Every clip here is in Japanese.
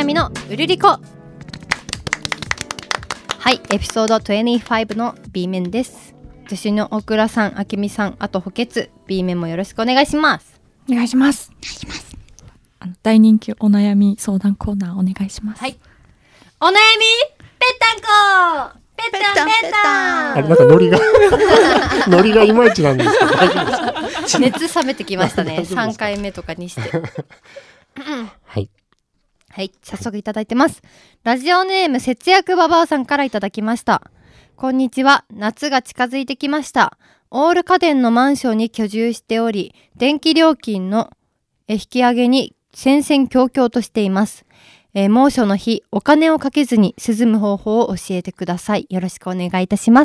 やみのうるりこ。はい、エピソード25の B 面です。助手の大倉さん、あけみさん、あと補欠 B 面もよろしくお願いします。 お願いします。大人気お悩み相談コーナーお願いします。 はい、お悩みぺったんこぺったんぺったん。 あれなんかノリがノリがいまいちなんですけど大丈夫ですか？ 熱冷めてきましたね。3回目とかにしてはいはい、早速いただいてます。ラジオネーム節約ババアさんからいただきました。こんにちは。夏が近づいてきました。オール家電のマンションに居住しており、電気料金の引き上げに戦々恐々としています。猛暑の日、お金をかけずに涼む方法を教えてください。よろしくお願いいたします。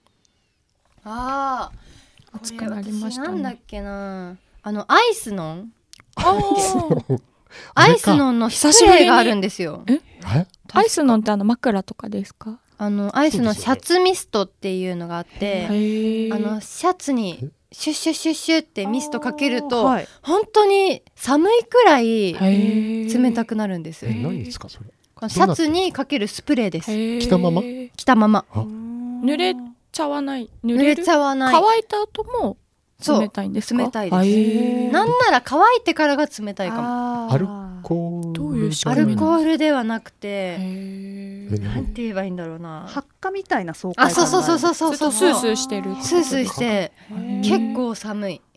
ああ、 暑くなりましたね。 なんだっけな、アイスノンアイスノンのスプレーがあるんですよ。 アイスノンって枕とかですか？ アイスのシャツミストっていうのがあって、シャツにシュッシュッシュッシュッってミストかけると、はい、本当に寒いくらい冷たくなるんです。 何ですかそれ？ このシャツにかけるスプレーです。 着たまま？ 着たまま。 濡れちゃわない。 濡れちゃわない。 乾いた後も冷たいんですか？ 冷たいです。なんなら乾いてからが冷たいかも。 アルコール？ どういうアルコールではなくて、なんて言えばいいんだろうな。 発火みたいな爽快感。 そうスースーしてる。 スースーして結構寒い。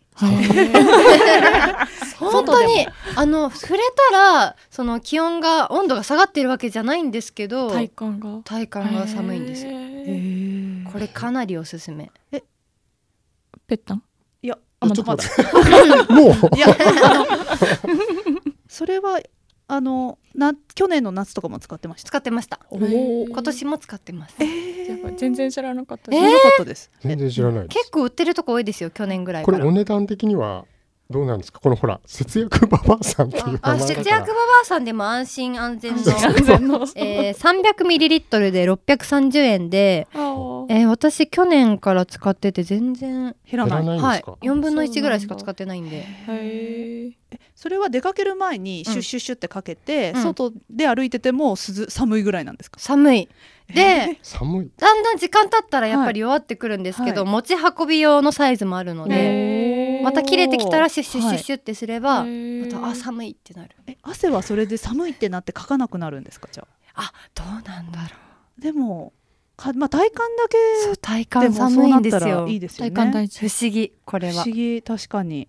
本当に触れたらその温度が下がってるわけじゃないんですけど、体感が寒いんですよ。これかなりおすすめ。 ペッタン？ いや、 ちょっと待ってもういやそれは去年の夏とかも使ってました。 使ってました。今年も使ってます。 全然知らなかったです。 全然知らないです。 結構売ってるとこ多いですよ、去年ぐらいから。 これお値段的にはどうなんですか？このほら節約ババアさんっていう名前だから。 節約ババアさんでも安心安全の300ml で630円で、私去年から使ってて全然減らない。 はい、4分の1ぐらいしか使ってないんで。 それは出かける前にシュッシュッシュッってかけて、外で歩いてても寒いぐらいなんですか？ 寒いで、だんだん時間経ったらやっぱり弱ってくるんですけど、持ち運び用のサイズもあるので、また切れてきたらシュッシュッシュッシュッってすれば、また寒いってなる。 汗はそれで寒いってなってかかなくなるんですか？じゃあ、どうなんだろう。 でも体感だけ体感寒いんですよ。 いいですよね。 体感大事。不思議、これは不思議。確かに。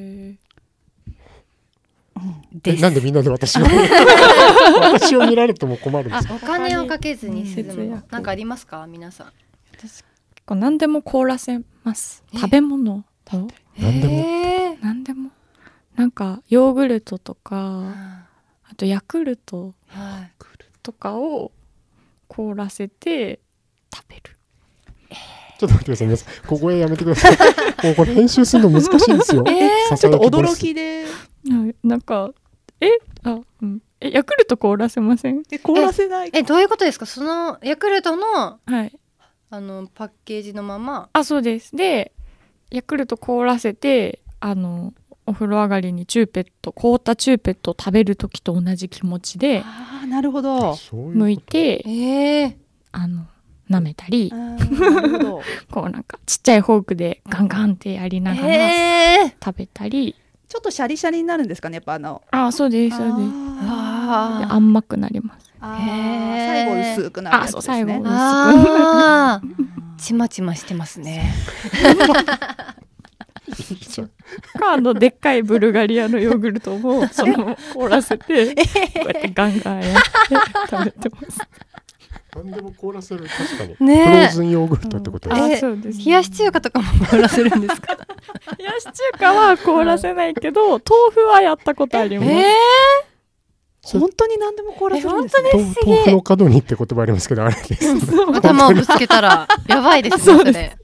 なんでみんなで私を見られても困るんですか？ お金をかけずにするのなんかありますか皆さん？ 私結構何でも凍らせます。食べ物何でもなんかヨーグルトとか、あとヤクルトとかを凍らせて食べる。 ちょっと待ってください皆さん、ここへやめてくださいもうこれ編集するの難しいんですよ。 ちょっと驚きでなんかヤクルト凍らせません？ 凍らせない。 どういうことですか？そのヤクルトの、 はい、 パッケージのまま。 そうです。でヤクルト凍らせてお風呂上がりに凍ったチューペットを食べる時と同じ気持ちで、 なるほど、 剥いて舐めたりこうなんかちっちゃいフォークでガンガンってやりながら食べたり。 ちょっとシャリシャリになるんですかね、やっぱそうですそうです。甘くなります。 最後薄くなるやつですね。 最後薄くちまちましてますねでっかいブルガリアのヨーグルトもそのまま凍らせてこうやってガンガンやって食べてます。 何でも凍らせる。確かにフローズンヨーグルトってことです。 そうです。 冷やし中華とかも凍らせるんですか？ 冷やし中華は凍らせないけど豆腐はやったことあります。 本当に何でも凍らせるんですね。 豆腐の角にって言葉ありますけど、あれです頭をぶつけたらやばいですねそれ。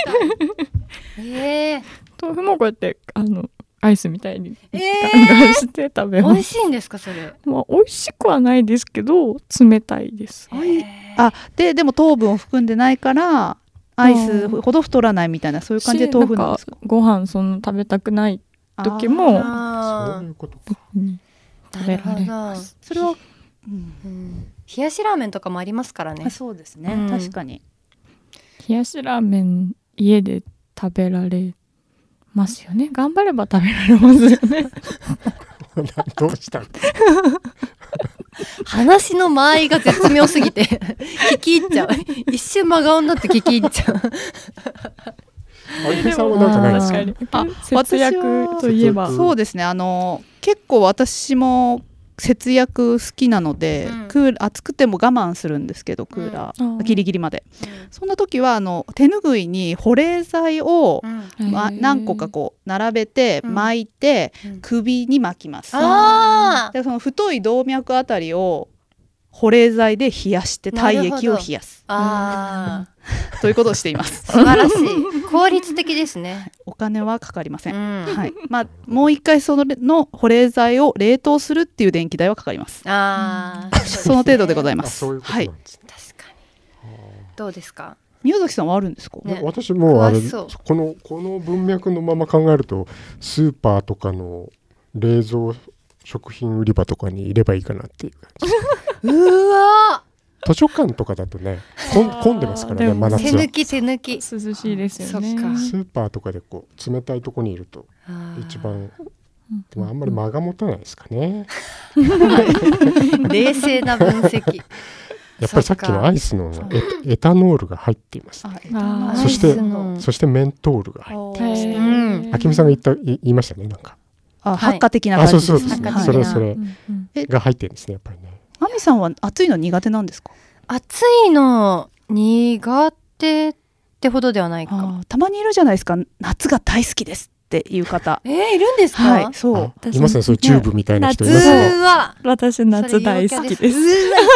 豆腐もこうやってアイスみたいにガンガンして食べます。 美味しいんですかそれ？ 美味しくはないですけど冷たいです。 でも糖分を含んでないからアイスほど太らないみたいな、そういう感じで豆腐なんですか？ ご飯その食べたくない時もそういうことか。 食べられます。 それは冷やしラーメンとかもありますからね。 そうですね、 うん確かに。 冷やしラーメン家で食べられますよね。頑張れば食べられますよね。 どうしたの？ 話の間合いが絶妙すぎて聞き入っちゃう。一瞬真顔になって聞き入っちゃう。 あゆみさんはなんかないですか？ 確かに。節約といえば。 そうですね、結構私も節約好きなので、暑くても我慢するんですけど、クーラー、ギリギリまで、そんな時は手ぬぐいに保冷剤を、何個かこう並べて巻いて、首に巻きます。でその太い動脈あたりを保冷剤で冷やして体液を冷やすということをしています。 素晴らしい。効率的ですね。 お金はかかりません。はい。まあもう一回その保冷剤を冷凍するっていう電気代はかかります。その程度でございます。はい。確かに。どうですか？ 宮崎さんはあるんですか？ 私もこの文脈のまま考えると、スーパーとかの冷蔵食品売り場とかにいればいいかなっていう感じ。 うわ図書館とかだとね、混んでますからね、真夏は。 手抜き涼しいですよね。 スーパーとかでこう冷たいとこにいると一番、でもあんまり間が持たないですかね。 冷静な分析。 やっぱりさっきのアイスのエタノールが入っています。そしてメントールが入っていますね。あきみさんが言いましたね、なんか。 発火的な感じです。 そうですね。それが入ってるんですね、やっぱりね。 あみさんは暑いの苦手なんですか？ 暑いの苦手ってほどではないか。 たまにいるじゃないですか、夏が大好きですっていう方。 いるんですか？ はい、そう。 いますね、そういうチューブみたいな人いますね。 私夏大好きです。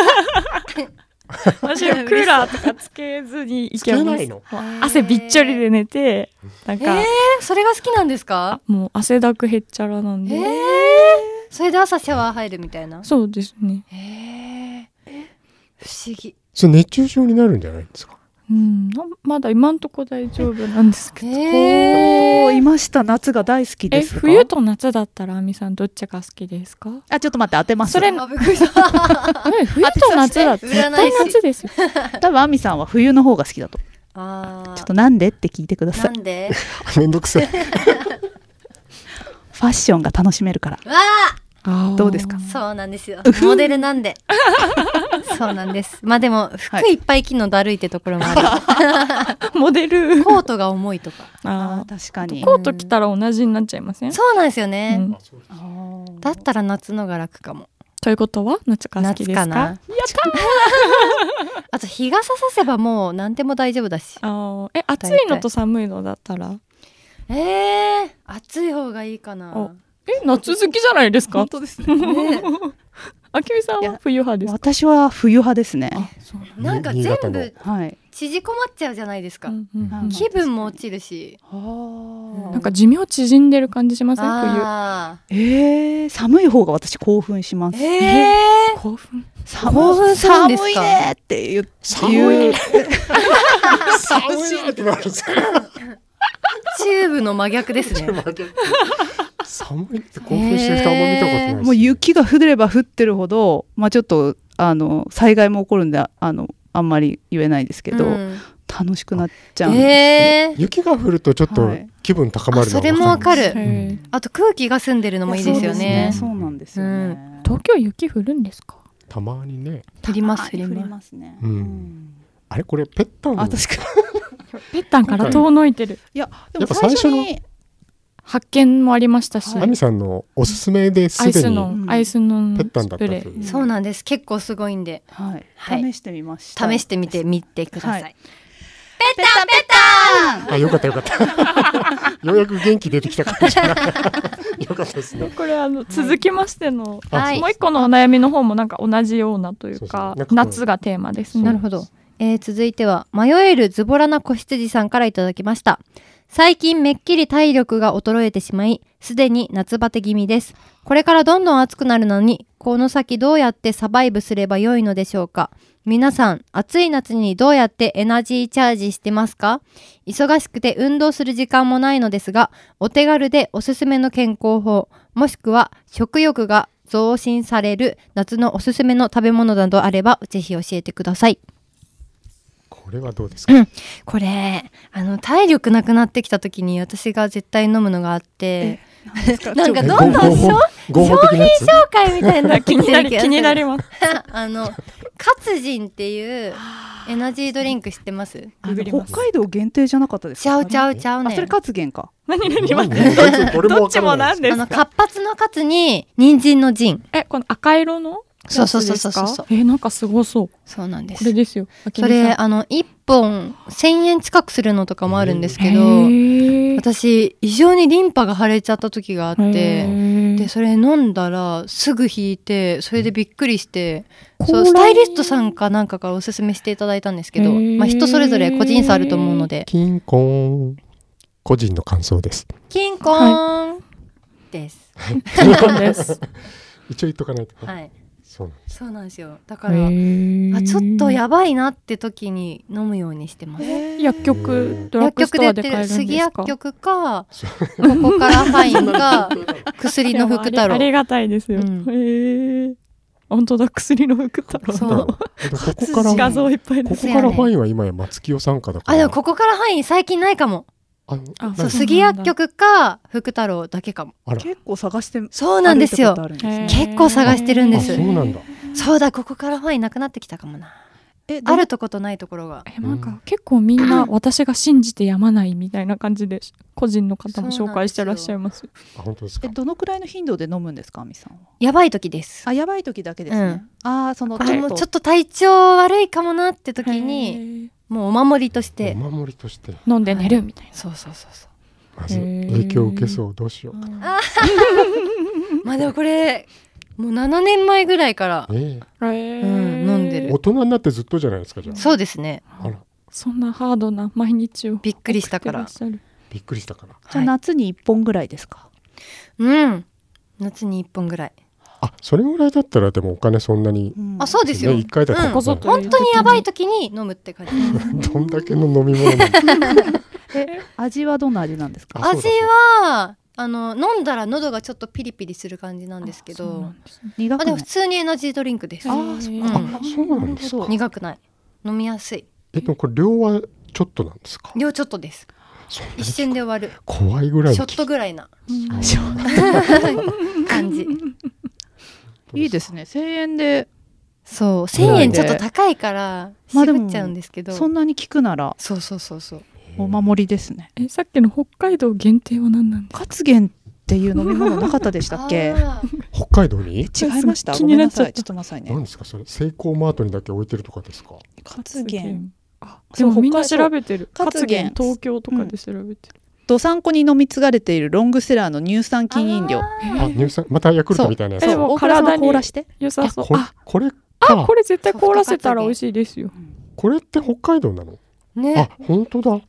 私はクーラーとかつけずにいけます。汗びっちょりで寝て、なんかそれが好きなんですか？ もう汗だくへっちゃらなんで。 それで朝シャワー入るみたいな。 そうですね。 不思議。 それ熱中症になるんじゃないですか？ まだ今んとこ大丈夫なんですけど。 いました。夏が大好きですか？ 冬と夏だったらあみさんどっちが好きですか？ ちょっと待って、当てます。 それ冬と夏だって絶対夏ですよ。 多分あみさんは冬の方が好きだと。ちょっとなんでって聞いてください。 なんで？ めんどくさい。 ファッションが楽しめるから。どうですか？ そうなんですよ。モデルなんで。そうなんです。まあでも服いっぱい着るのだるいってところもある。 モデルコートが重いとか。 確かに。 コート着たら同じになっちゃいません？ そうなんですよね。だったら夏のが楽かも。 ということは夏が好きですか？ 夏かな。やったー。あと日傘させばもう何でも大丈夫だし。 暑いのと寒いのだったら？ 暑い方がいいかな。 夏好きじゃないですか？ 本当ですね。 あきみさんは冬派ですか？ 私は冬派ですね。 なんか全部縮こまっちゃうじゃないですか。気分も落ちるし。 なんか寿命縮んでる感じしません？ 冬。寒い方が私興奮します。 興奮するんですか？ 寒いねって言う。 寒いねってなるんですか？ チューブの真逆ですね。 寒いって興奮してる人あんま見たことないです。 もう雪が降れば降ってるほど、ちょっと災害も起こるんであんまり言えないですけど、楽しくなっちゃう。 雪が降るとちょっと気分高まるの。 それもわかる。あと空気が澄んでるのもいいですよね。 そうなんですよね。 東京雪降るんですか？ たまにね。 降りますね。 あれこれペッタン。 確かに。 ペッタンから遠のいてる。 いやでも最初に発見もありましたし、 あみさんのおすすめですでにアイスのペッタンだったという。 そうなんです。結構すごいんで、 試してみました。 試してみてください。ペッタン。 よかったよかった。ようやく元気出てきた感じがよかったですね。 これ続きましてのもう一個のお悩みの方もなんか同じようなというか、夏がテーマですね。 なるほど。続いては迷えるズボラな子羊さんからいただきました。最近めっきり体力が衰えてしまい、すでに夏バテ気味です。これからどんどん暑くなるのに、この先どうやってサバイブすればよいのでしょうか。皆さん、暑い夏にどうやってエナジーチャージしてますか？忙しくて運動する時間もないのですが、お手軽でおすすめの健康法、もしくは食欲が増進される夏のおすすめの食べ物などあればぜひ教えてください。 これはどうですか？ これ体力なくなってきた時に私が絶対飲むのがあってなんかどんどん商品紹介みたいな気になります活人っていうエナジードリンク知ってます？ 北海道限定じゃなかったですか？ ちゃうね。 それ活源か。 どっちもなんですか？ 活発の活に人参の人。 この赤色のそう。 なんかすごそう。 そうなんです。 これですよ。 それ1本1000円近くするのとかもあるんですけど、私異常にリンパが腫れちゃった時があって、でそれ飲んだらすぐ引いて、それでびっくりして、スタイリストさんかなんかからおすすめしていただいたんですけど、人それぞれ個人差あると思うので。 キンコーン、個人の感想です。 キンコーンです。 キンコンです。 一応言っとかないと。 はい。そうなんですよ。だからちょっとやばいなって時に飲むようにしてます。 薬局、ドラッグストアで買えるんですか？ 杉薬局か、ここからファインか、薬の福太郎。 ありがたいですよ。本当だ、薬の福太郎。 そう。 ここから画像いっぱいです。 ここからファインは今や松清さんかだから。 でもここからファイン最近ないかも。杉薬局か福太郎だけかも。 結構探して。 そうなんですよ。結構探してるんです。 そうなんだ。 そうだ、ここからファインなくなってきたかもな。あるとことないところが。 なんか結構みんな私が信じてやまないみたいな感じで個人の方も紹介してらっしゃいます。 本当ですか？ どのくらいの頻度で飲むんですか、亜美さんは？ やばい時です。 やばい時だけですね。 ちょっと体調悪いかもなって時に。もうお守りとして飲んで寝るみたいな。 そう。 まず影響を受けそう、どうしよう。 まあでもこれもう7年前ぐらいから飲んでる。 大人になってずっとじゃないですか？じゃあ。 そうですね。 そんなハードな毎日をびっくりしたから。 じゃあ夏に1本ぐらいですか？ 夏に1本ぐらい。 それぐらいだったらでもお金そんなに。 そうですよ。 1回だと本当にやばい時に飲むって感じ。 どんだけの飲み物なんだ。 味はどんな味なんですか？ 味は飲んだら喉がちょっとピリピリする感じなんですけど、でも普通にエナジードリンクです。 そうなんですか。 苦くない。飲みやすい。 これ量はちょっとなんですか？ 量ちょっとです。一瞬で終わる。 怖いぐらい。 ショットぐらいな感じ。 いいですね。1000円で。 そう、1000円ちょっと高いから渋っちゃうんですけど、 そんなに効くなら。 そう。 お守りですね。 さっきの北海道限定は何なんですか？ 活源っていう飲み物なかったでしたっけ？ 北海道に？ 違いました。ごめんなさい。ちょっと待ってくださいね。 何ですかそれ？セイコーマートにだけ置いてるとかですか？ 活源。 でもみんな調べてる。活源東京とかで調べてる。 どさんこに飲み継がれているロングセラーの乳酸菌飲料。 乳酸、またヤクルトみたいなやつ。 大倉さん凍らして良さそう。 これこれ絶対凍らせたら美味しいですよ。 これって北海道なの？ ね。 本当だ。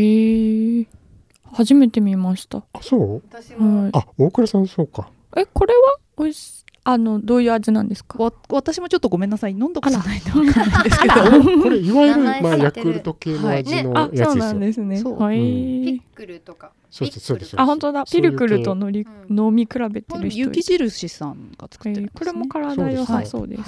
初めて見ました。 そう？ 私も。 大倉さんそうか。 これは美味しい。どういう味なんですか？ 私もちょっとごめんなさい、飲んだことないんで分かんないんですけどこれいわゆるヤクルト系の味のやつですよ。 そうなんですね。 ピックルとか。 そうです。 本当だ。ピルクルと飲み比べてる人。 雪印さんが作ってる。 これも体良さそうです。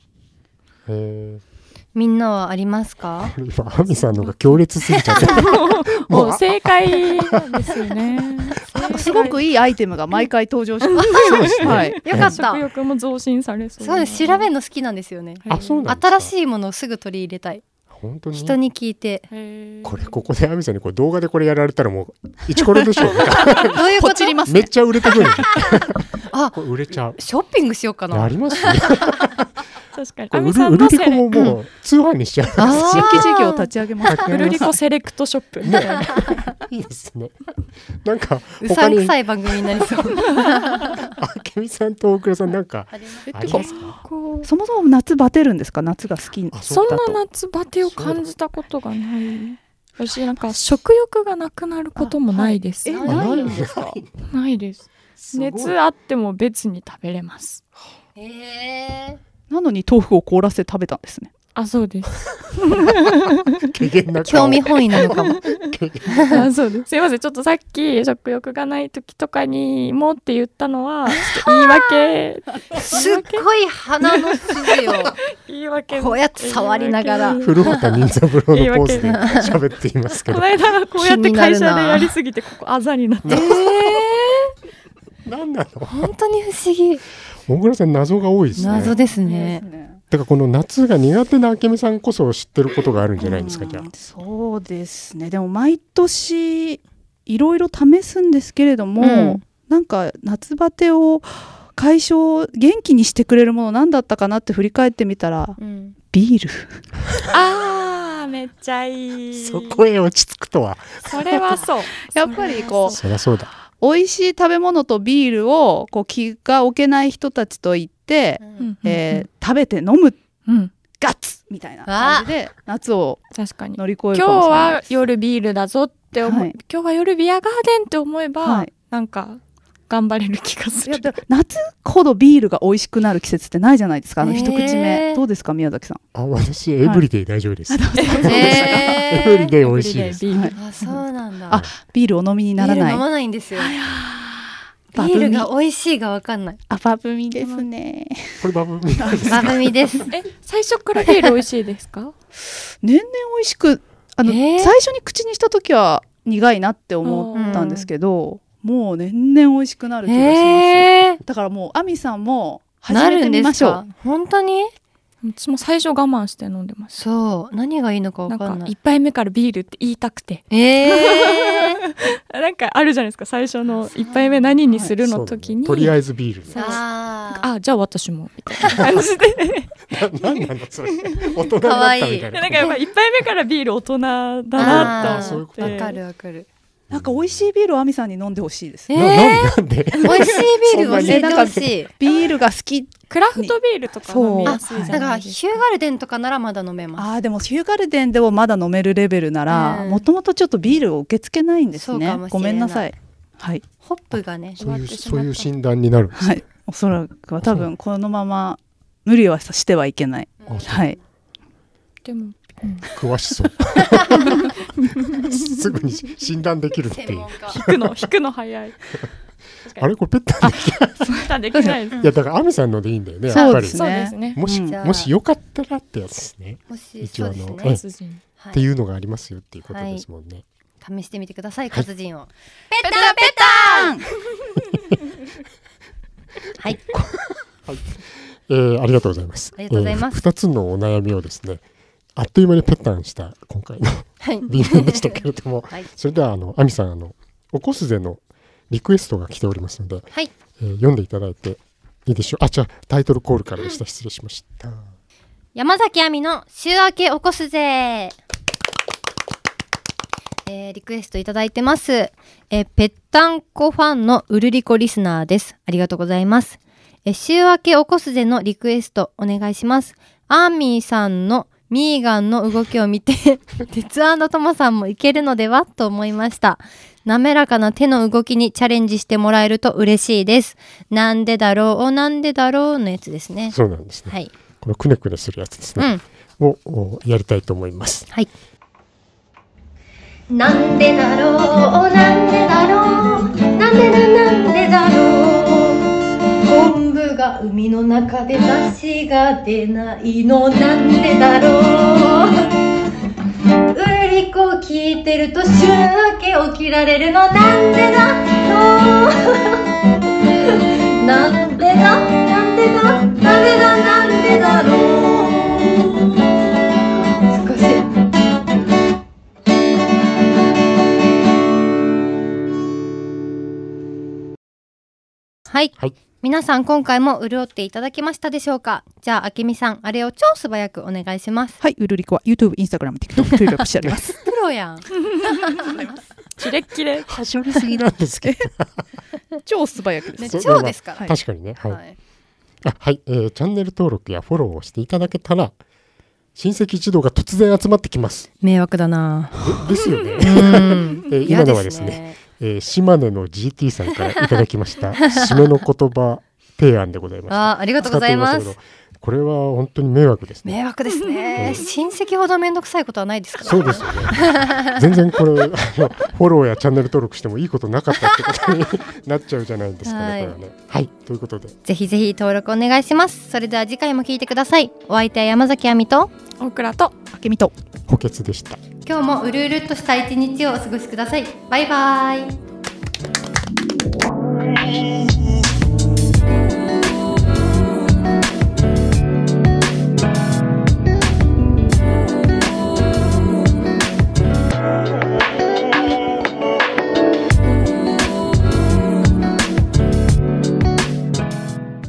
みんなはありますか？ アミさんのが強烈すぎちゃってもう正解なんですよね。 すごくいいアイテムが毎回登場します。はい。 よかった。 食欲も増進されそう。 そうです。調べるの好きなんですよね。新しいものをすぐ取り入れたい。 本当に人に聞いて。 ここでアミさんに動画でこれやられたらもう一コロでしょ。どういうこと？ めっちゃ売れてくる。これ売れちゃう。 ショッピングしようかな。 ありますね。 確かに。 売るリコももう通販にしちゃう。 新規事業を立ち上げます。 売るリコセレクトショップみたいな。 いいですね。なんかうさんくさい番組になりそう。 明美さんと大倉さんなんかありますか？ そもそも夏バテるんですか？夏が好き。 そんな夏バテを感じたことがない。私なんか食欲がなくなることもないです。 ないんですか？ ないです。熱あっても別に食べれます。 なのに豆腐を凍らせて食べたんですね。 あ、そうです。 興味本位なのかも。 あ、そうです。すいません、ちょっとさっき食欲がない時とかにもって言ったのは言い訳。 すっごい鼻の筋を言い訳。 こうやって触りながら古畑任三郎のポーズで喋っていますけど。 この間こうやって会社でやりすぎてここあざになって。 何なの？ 本当に不思議。 大倉さん謎が多いですね。 謎ですね。 だからこの夏が苦手な明美さんこそ知ってることがあるんじゃないですか、じゃあ。 そうですね。でも毎年いろいろ試すんですけれども、なんか夏バテを解消元気にしてくれるもの何だったかなって振り返ってみたら、ビール。 あー、めっちゃいい。 そこへ落ち着くとは。 それはそう。 やっぱりこう、 そりゃそうだ。 美味しい食べ物とビールをこう気が置けない人たちと言って、食べて飲む、ガッツみたいな感じで夏を乗り越えるかもしれないです。 今日は夜ビールだぞって思う、今日は夜ビアガーデンって思えば、なんか頑張れる気がする。 夏ほどビールが美味しくなる季節ってないじゃないですか。一口目どうですか、宮崎さん。 私エブリデイ大丈夫です。エブリデイ美味しいです。 あ、そうなんだ。 あ、ビールお飲みにならない。 ビール飲まないんですよ。ビールが美味しいが分かんない。 バブミですね。 これバブミです。 バブミです。 最初からビール美味しいですか？ 年々美味しく、最初に口にした時は苦いなって思ったんですけど、もう年々美味しくなる気がします。だからもう亜美さんも始めてみましょう。 本当に？ 私も最初我慢して飲んでます。 そう、何がいいのか分かんない。 1杯目からビールって言いたくて。なんかあるじゃないですか、最初の1杯目何にするの時に、 とりあえずビール。 あ、じゃあ私もみたいな感じで。 何なのそれ。大人になったみたいな。 なんかやっぱ1杯目からビール大人だなと思って。 わかるわかる。 なんか美味しいビールを亜美さんに飲んでほしいです。 なんで？ 美味しいビールを教えてほしい。 ビールが好き。 クラフトビールとか飲みやすいじゃないですか。 なんかヒューガルデンとかならまだ飲めます。 でもヒューガルデンでもまだ飲めるレベルなら、もともとちょっとビールを受け付けないんですね。ごめんなさい。はい。 ホップがね、 そういう診断になるんです。 はい。おそらくは多分このまま無理はしてはいけない。はい。 でも詳しそう。すぐに診断できるっていう。 引くの早い。 あれこれペッタンできない。いやだから亜美さんのでいいんだよね。やっぱり。 そうですね。 もしよかったらってやつですね。一応っていうのがありますよっていうことですもんね。 試してみてください、活人を。 ペタンペタン。はい。 ありがとうございます。 ありがとうございます。 2つのお悩みをですね、あっという間にペタンした今回のビールでしたけれども、それでは亜美さんおこすぜのリクエストが来ておりますので、読んでいただいていいでしょう。じゃあタイトルコールからでした。失礼しました。 山崎亜美の週明けおこすぜ。リクエストいただいてます。ペッタンコファンのウルリコリスナーです。ありがとうございます。週明けおこすぜのリクエストお願いします。アーミーさんのミーガンの動きを見て鉄&トモさんもいけるのではと思いました。滑らかな手の動きにチャレンジしてもらえると嬉しいです。なんでだろうなんでだろうのやつですね。 そうなんですね。はい、このくねくねするやつですね、をやりたいと思います。 はい。なんでだろうなんでだろうなんでだろう、昆布が海の中で出汁が出ないのなんでだろう、ウルリコ聞いてると週明け起きられるのなんでだろうなんでだなんでだなんでだなんでだろう、少しはい、皆さん今回も潤っていただけましたでしょうか。じゃあ明美さん、あれを超素早くお願いします。 はい、ウルリコは YouTube、Instagram、TikTok、Twitter してあります。 プロやん。 キレッキレ。 はしょりすぎなんですけど。超素早くです。 超ですから。 確かにね。はい。チャンネル登録やフォローをしていただけたら親戚一同が突然集まってきます。 迷惑だな。 ですよね。今のはですね、島根の GT さんからいただきました締めの言葉提案でございました。 ありがとうございます。 これは本当に迷惑ですね。 迷惑ですね。親戚ほどめんどくさいことはないですから。 そうですよね。全然これフォローやチャンネル登録してもいいことなかったってことになっちゃうじゃないですかね。これはね。はい、ということでぜひぜひ登録お願いします。それでは次回も聞いてください。お相手は山崎亜美と大倉と明美と補欠でした。 今日もうるうるっとした一日をお過ごしください。バイバイ。